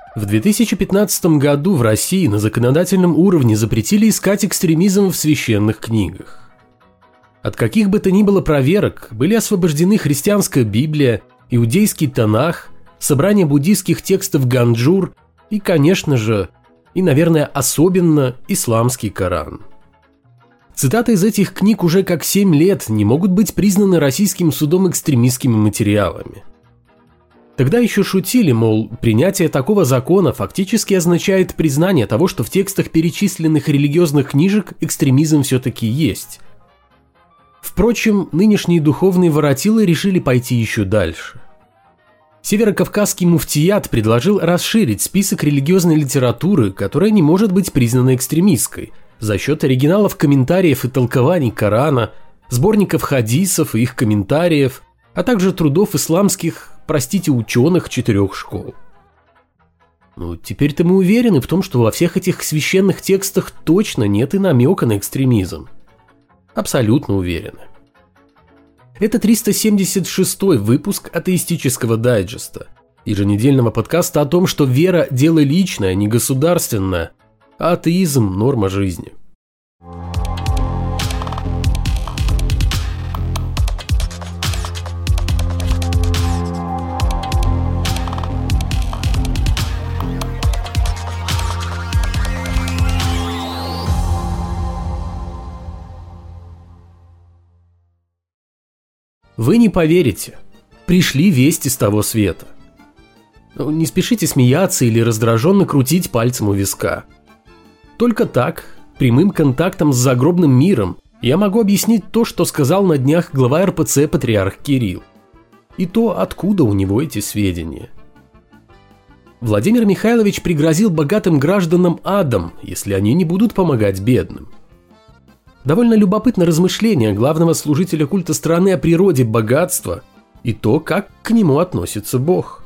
В 2015 году в России на законодательном уровне запретили искать экстремизм в священных книгах. От каких бы то ни было проверок были освобождены христианская Библия, иудейский Танах, собрание буддийских текстов Ганджур и, конечно же, и, наверное, особенно исламский Коран. Цитаты из этих книг уже как 7 лет не могут быть признаны российским судом экстремистскими материалами. Тогда еще шутили, мол, принятие такого закона фактически означает признание того, что в текстах перечисленных религиозных книжек экстремизм все-таки есть. Впрочем, нынешние духовные воротилы решили пойти еще дальше. Северокавказский муфтият предложил расширить список религиозной литературы, которая не может быть признана экстремистской, за счет оригиналов комментариев и толкований Корана, сборников хадисов и их комментариев, а также трудов исламских, ученых 4 школ. Ну, теперь-то мы уверены в том, что во всех этих священных текстах точно нет и намека на экстремизм. Абсолютно уверены. Это 376-й выпуск атеистического дайджеста, еженедельного подкаста о том, что вера – дело личное, не государственное, а атеизм – норма жизни. Вы не поверите, пришли вести с того света. Не спешите смеяться или раздраженно крутить пальцем у виска. Только так, прямым контактом с загробным миром, я могу объяснить то, что сказал на днях глава РПЦ патриарх Кирилл. И то, откуда у него эти сведения. Владимир Михайлович пригрозил богатым гражданам адом, если они не будут помогать бедным. Довольно любопытно размышление главного служителя культа страны о природе богатства и то, как к нему относится Бог.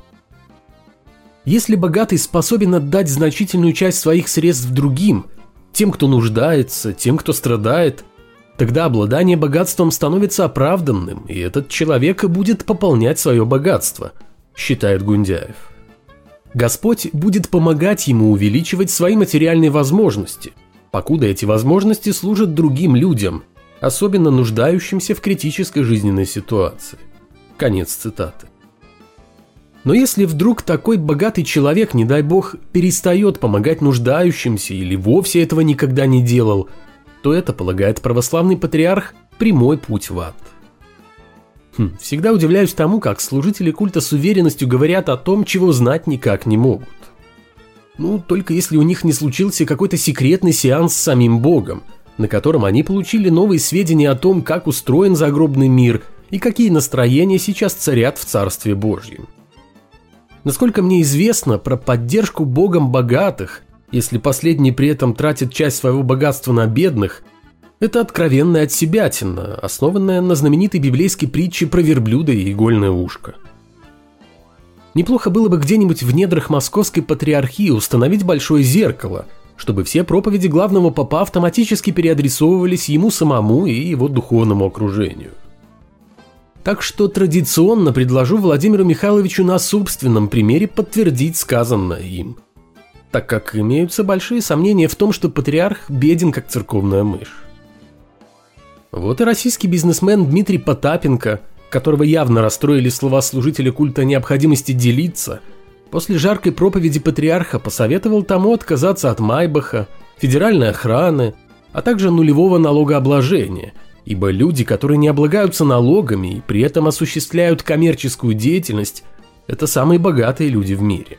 Если богатый способен отдать значительную часть своих средств другим, тем, кто нуждается, тем, кто страдает, тогда обладание богатством становится оправданным, и этот человек будет пополнять свое богатство, считает Гундяев. Господь будет помогать ему увеличивать свои материальные возможности, покуда эти возможности служат другим людям, особенно нуждающимся в критической жизненной ситуации. Конец цитаты. Но если вдруг такой богатый человек, не дай бог, перестает помогать нуждающимся или вовсе этого никогда не делал, то это, полагает православный патриарх, прямой путь в ад. Всегда удивляюсь тому, как служители культа с уверенностью говорят о том, чего знать никак не могут. Только если у них не случился какой-то секретный сеанс с самим Богом, на котором они получили новые сведения о том, как устроен загробный мир и какие настроения сейчас царят в Царстве Божьем. Насколько мне известно, про поддержку Богом богатых, если последние при этом тратят часть своего богатства на бедных, это откровенная отсебятина, основанная на знаменитой библейской притче про верблюда и игольное ушко. Неплохо было бы где-нибудь в недрах Московской патриархии установить большое зеркало, чтобы все проповеди главного попа автоматически переадресовывались ему самому и его духовному окружению. Так что традиционно предложу Владимиру Михайловичу на собственном примере подтвердить сказанное им, так как имеются большие сомнения в том, что патриарх беден как церковная мышь. Вот и российский бизнесмен Дмитрий Потапенко, которого явно расстроили слова служителя культа о необходимости делиться, после жаркой проповеди патриарха посоветовал тому отказаться от майбаха, федеральной охраны, а также нулевого налогообложения, ибо люди, которые не облагаются налогами и при этом осуществляют коммерческую деятельность, это самые богатые люди в мире.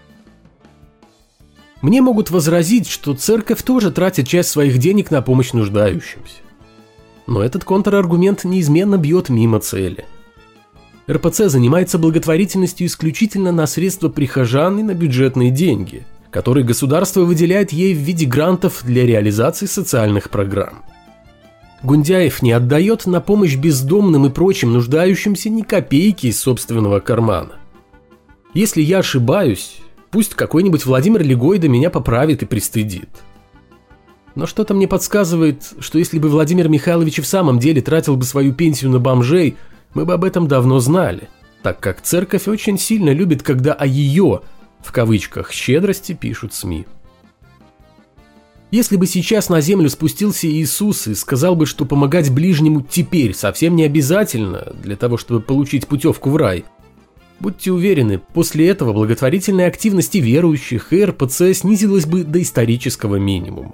Мне могут возразить, что церковь тоже тратит часть своих денег на помощь нуждающимся. Но этот контраргумент неизменно бьет мимо цели. РПЦ занимается благотворительностью исключительно на средства прихожан и на бюджетные деньги, которые государство выделяет ей в виде грантов для реализации социальных программ. Гундяев не отдает на помощь бездомным и прочим нуждающимся ни копейки из собственного кармана. Если я ошибаюсь, пусть какой-нибудь Владимир Легойда меня поправит и пристыдит. Но что-то мне подсказывает, что если бы Владимир Михайлович в самом деле тратил бы свою пенсию на бомжей, мы бы об этом давно знали, так как церковь очень сильно любит, когда о ее, в кавычках щедрости пишут СМИ. Если бы сейчас на землю спустился Иисус и сказал бы, что помогать ближнему теперь совсем не обязательно для того, чтобы получить путевку в рай, будьте уверены, после этого благотворительная активность верующих и РПЦ снизилась бы до исторического минимума.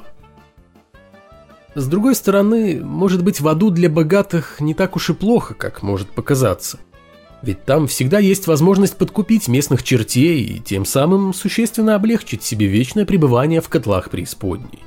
С другой стороны, может быть, в аду для богатых не так уж и плохо, как может показаться. Ведь там всегда есть возможность подкупить местных чертей и тем самым существенно облегчить себе вечное пребывание в котлах преисподней.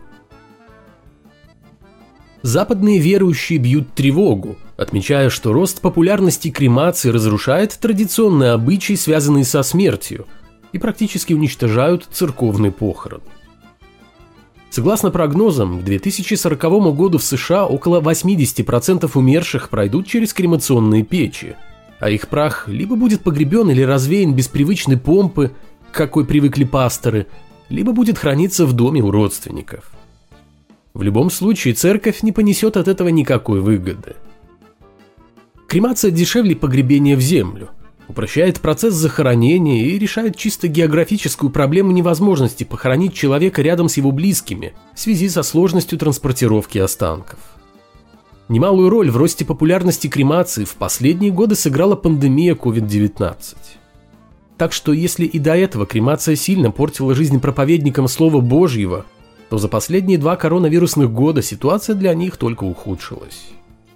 Западные верующие бьют тревогу, отмечая, что рост популярности кремации разрушает традиционные обычаи, связанные со смертью, и практически уничтожают церковный похорон. Согласно прогнозам, к 2040 году в США около 80% умерших пройдут через кремационные печи, а их прах либо будет погребен или развеян без привычной помпы, к какой привыкли пасторы, либо будет храниться в доме у родственников. В любом случае, церковь не понесет от этого никакой выгоды. Кремация дешевле погребения в землю, упрощает процесс захоронения и решает чисто географическую проблему невозможности похоронить человека рядом с его близкими в связи со сложностью транспортировки останков. Немалую роль в росте популярности кремации в последние годы сыграла пандемия COVID-19. Так что если и до этого кремация сильно портила жизнь проповедникам Слова Божьего, то за последние 2 коронавирусных года ситуация для них только ухудшилась.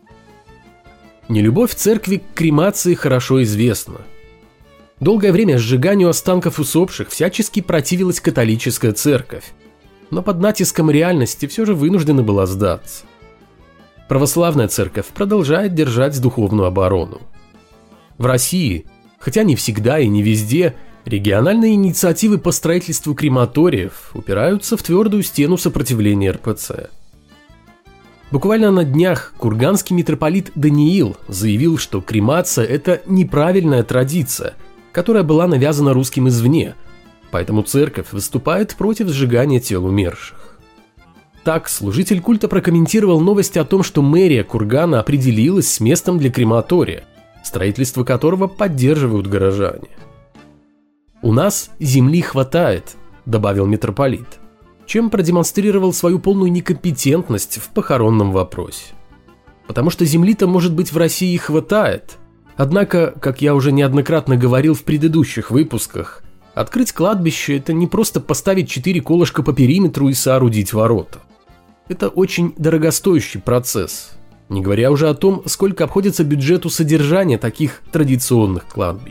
Нелюбовь церкви к кремации хорошо известна. Долгое время сжиганию останков усопших всячески противилась католическая церковь, но под натиском реальности все же вынуждена была сдаться. Православная церковь продолжает держать духовную оборону. В России, хотя не всегда и не везде, региональные инициативы по строительству крематориев упираются в твердую стену сопротивления РПЦ. Буквально на днях курганский митрополит Даниил заявил, что кремация – это неправильная традиция, которая была навязана русским извне, поэтому церковь выступает против сжигания тел умерших. Так, служитель культа прокомментировал новость о том, что мэрия Кургана определилась с местом для крематория, строительство которого поддерживают горожане. «У нас земли хватает», – добавил митрополит, чем продемонстрировал свою полную некомпетентность в похоронном вопросе. Потому что земли-то, может быть, в России хватает. Однако, как я уже неоднократно говорил в предыдущих выпусках, открыть кладбище – это не просто поставить 4 колышка по периметру и соорудить ворота. Это очень дорогостоящий процесс, не говоря уже о том, сколько обходится бюджету содержания таких традиционных кладбищ.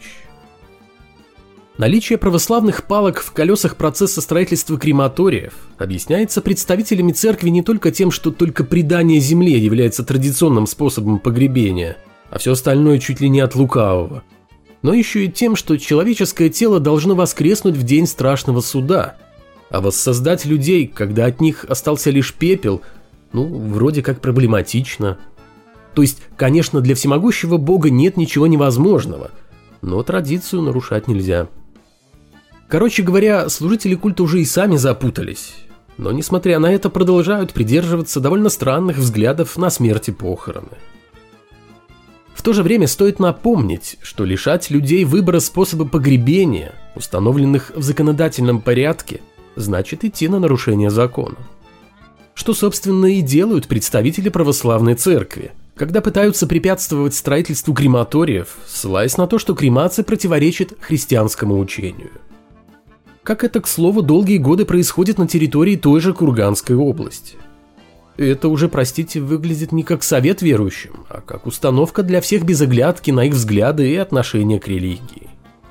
Наличие православных палок в колесах процесса строительства крематориев объясняется представителями церкви не только тем, что только предание земле является традиционным способом погребения, а все остальное чуть ли не от лукавого, но еще и тем, что человеческое тело должно воскреснуть в день страшного суда, а воссоздать людей, когда от них остался лишь пепел, вроде как проблематично. То есть, конечно, для всемогущего Бога нет ничего невозможного, но традицию нарушать нельзя. Короче говоря, служители культа уже и сами запутались, но несмотря на это продолжают придерживаться довольно странных взглядов на смерть и похороны. В то же время стоит напомнить, что лишать людей выбора способа погребения, установленных в законодательном порядке, значит идти на нарушение закона. Что, собственно, и делают представители православной церкви, когда пытаются препятствовать строительству крематориев, ссылаясь на то, что кремация противоречит христианскому учению. Как это, к слову, долгие годы происходит на территории той же Курганской области. Это уже, простите, выглядит не как совет верующим, а как установка для всех без оглядки на их взгляды и отношения к религии.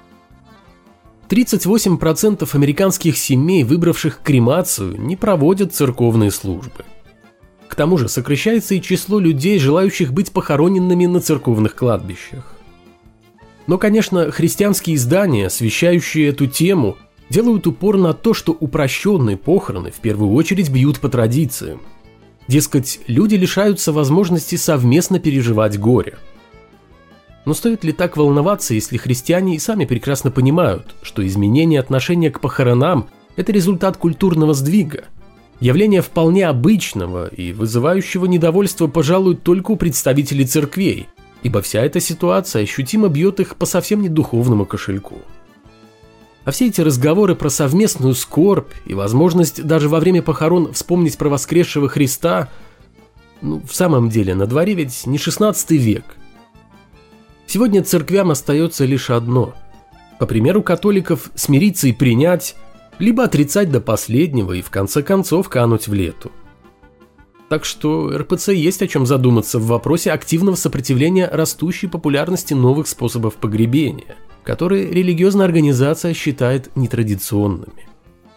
38% американских семей, выбравших кремацию, не проводят церковные службы. К тому же сокращается и число людей, желающих быть похороненными на церковных кладбищах. Но, конечно, христианские издания, освещающие эту тему, делают упор на то, что упрощенные похороны в первую очередь бьют по традициям. Дескать, люди лишаются возможности совместно переживать горе. Но стоит ли так волноваться, если христиане и сами прекрасно понимают, что изменение отношения к похоронам – это результат культурного сдвига, явление вполне обычного и вызывающего недовольство, пожалуй, только у представителей церквей, ибо вся эта ситуация ощутимо бьет их по совсем не духовному кошельку. А все эти разговоры про совместную скорбь и возможность даже во время похорон вспомнить про воскресшего Христа, в самом деле, на дворе ведь не 16 век. Сегодня церквям остается лишь одно – по примеру католиков смириться и принять, либо отрицать до последнего и в конце концов кануть в лету. Так что РПЦ есть о чем задуматься в вопросе активного сопротивления растущей популярности новых способов погребения, которые религиозная организация считает нетрадиционными.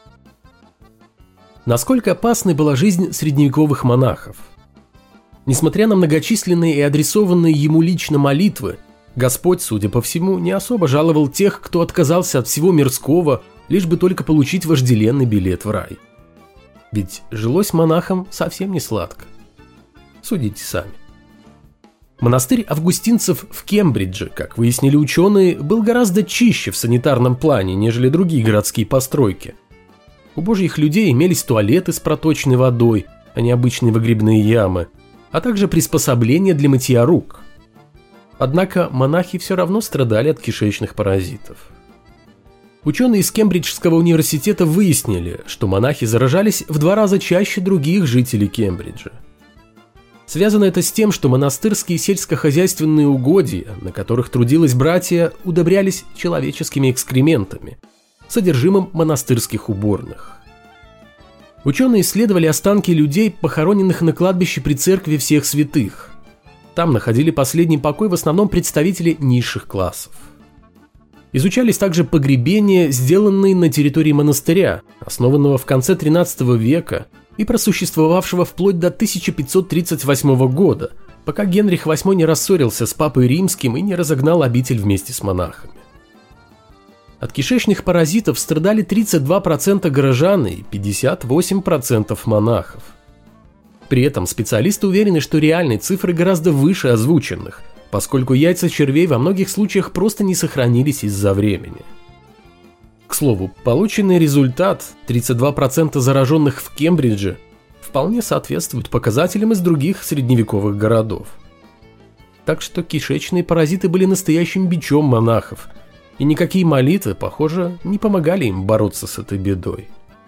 Насколько опасной была жизнь средневековых монахов? Несмотря на многочисленные и адресованные ему лично молитвы, Господь, судя по всему, не особо жаловал тех, кто отказался от всего мирского, лишь бы только получить вожделенный билет в рай. Ведь жилось монахам совсем не сладко. Судите сами. Монастырь августинцев в Кембридже, как выяснили ученые, был гораздо чище в санитарном плане, нежели другие городские постройки. У божьих людей имелись туалеты с проточной водой, а не обычные выгребные ямы, а также приспособления для мытья рук. Однако монахи все равно страдали от кишечных паразитов. Ученые из Кембриджского университета выяснили, что монахи заражались в 2 раза чаще других жителей Кембриджа. Связано это с тем, что монастырские сельскохозяйственные угодья, на которых трудилось братья, удобрялись человеческими экскрементами, содержимым монастырских уборных. Ученые исследовали останки людей, похороненных на кладбище при церкви всех святых. Там находили последний покой в основном представители низших классов. Изучались также погребения, сделанные на территории монастыря, основанного в конце XIII века и просуществовавшего вплоть до 1538 года, пока Генрих VIII не рассорился с папой римским и не разогнал обитель вместе с монахами. От кишечных паразитов страдали 32% горожан и 58% монахов. При этом специалисты уверены, что реальные цифры гораздо выше озвученных, поскольку яйца червей во многих случаях просто не сохранились из-за времени. К слову, полученный результат 32% зараженных в Кембридже вполне соответствует показателям из других средневековых городов. Так что кишечные паразиты были настоящим бичом монахов, и никакие молитвы, похоже, не помогали им бороться с этой бедой.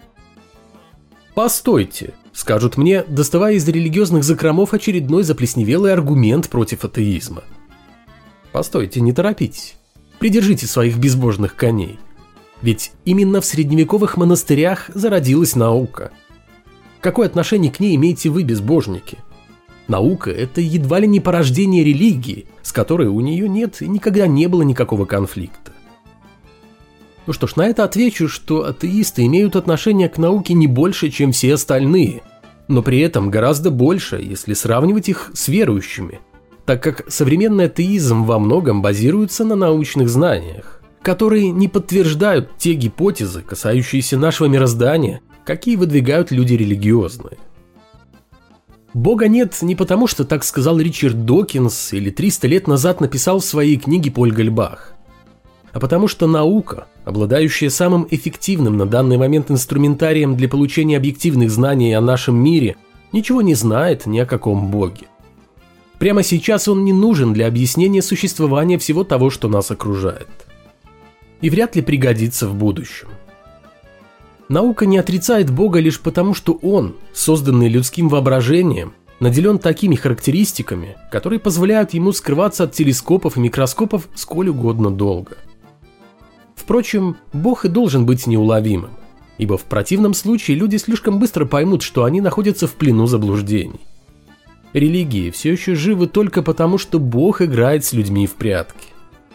«Постойте», — скажут мне, доставая из религиозных закромов очередной заплесневелый аргумент против атеизма. Постойте, не торопитесь. Придержите своих безбожных коней. Ведь именно в средневековых монастырях зародилась наука. Какое отношение к ней имеете вы, безбожники? Наука – это едва ли не порождение религии, с которой у нее нет и никогда не было никакого конфликта. Ну что ж, на это отвечу, что атеисты имеют отношение к науке не больше, чем все остальные, но при этом гораздо больше, если сравнивать их с верующими, так как современный атеизм во многом базируется на научных знаниях, которые не подтверждают те гипотезы, касающиеся нашего мироздания, какие выдвигают люди религиозные. Бога нет не потому, что так сказал Ричард Докинс или 300 лет назад написал в своей книге Поль Гальбах, а потому что наука, обладающая самым эффективным на данный момент инструментарием для получения объективных знаний о нашем мире, ничего не знает ни о каком Боге. Прямо сейчас он не нужен для объяснения существования всего того, что нас окружает. И вряд ли пригодится в будущем. Наука не отрицает Бога лишь потому, что Он, созданный людским воображением, наделен такими характеристиками, которые позволяют ему скрываться от телескопов и микроскопов сколь угодно долго. Впрочем, Бог и должен быть неуловимым, ибо в противном случае люди слишком быстро поймут, что они находятся в плену заблуждений. Религии все еще живы только потому, что Бог играет с людьми в прятки.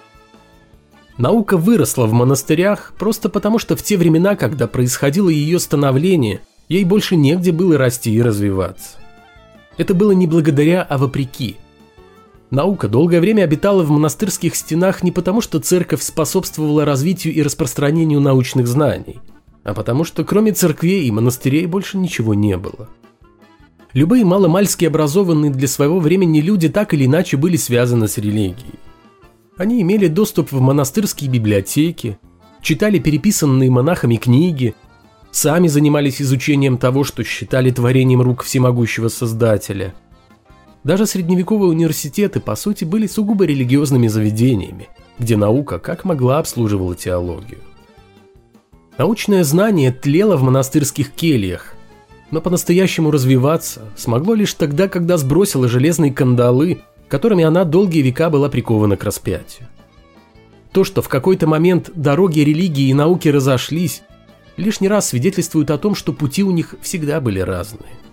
Наука выросла в монастырях просто потому, что в те времена, когда происходило ее становление, ей больше негде было расти и развиваться. Это было не благодаря, а вопреки. Наука долгое время обитала в монастырских стенах не потому, что церковь способствовала развитию и распространению научных знаний, а потому что кроме церквей и монастырей больше ничего не было. Любые маломальски образованные для своего времени люди так или иначе были связаны с религией. Они имели доступ в монастырские библиотеки, читали переписанные монахами книги, сами занимались изучением того, что считали творением рук всемогущего Создателя. Даже средневековые университеты, по сути, были сугубо религиозными заведениями, где наука как могла обслуживала теологию. Научное знание тлело в монастырских кельях, но по-настоящему развиваться смогло лишь тогда, когда сбросила железные кандалы, которыми она долгие века была прикована к распятию. То, что в какой-то момент дороги религии и науки разошлись, лишний раз свидетельствует о том, что пути у них всегда были разные.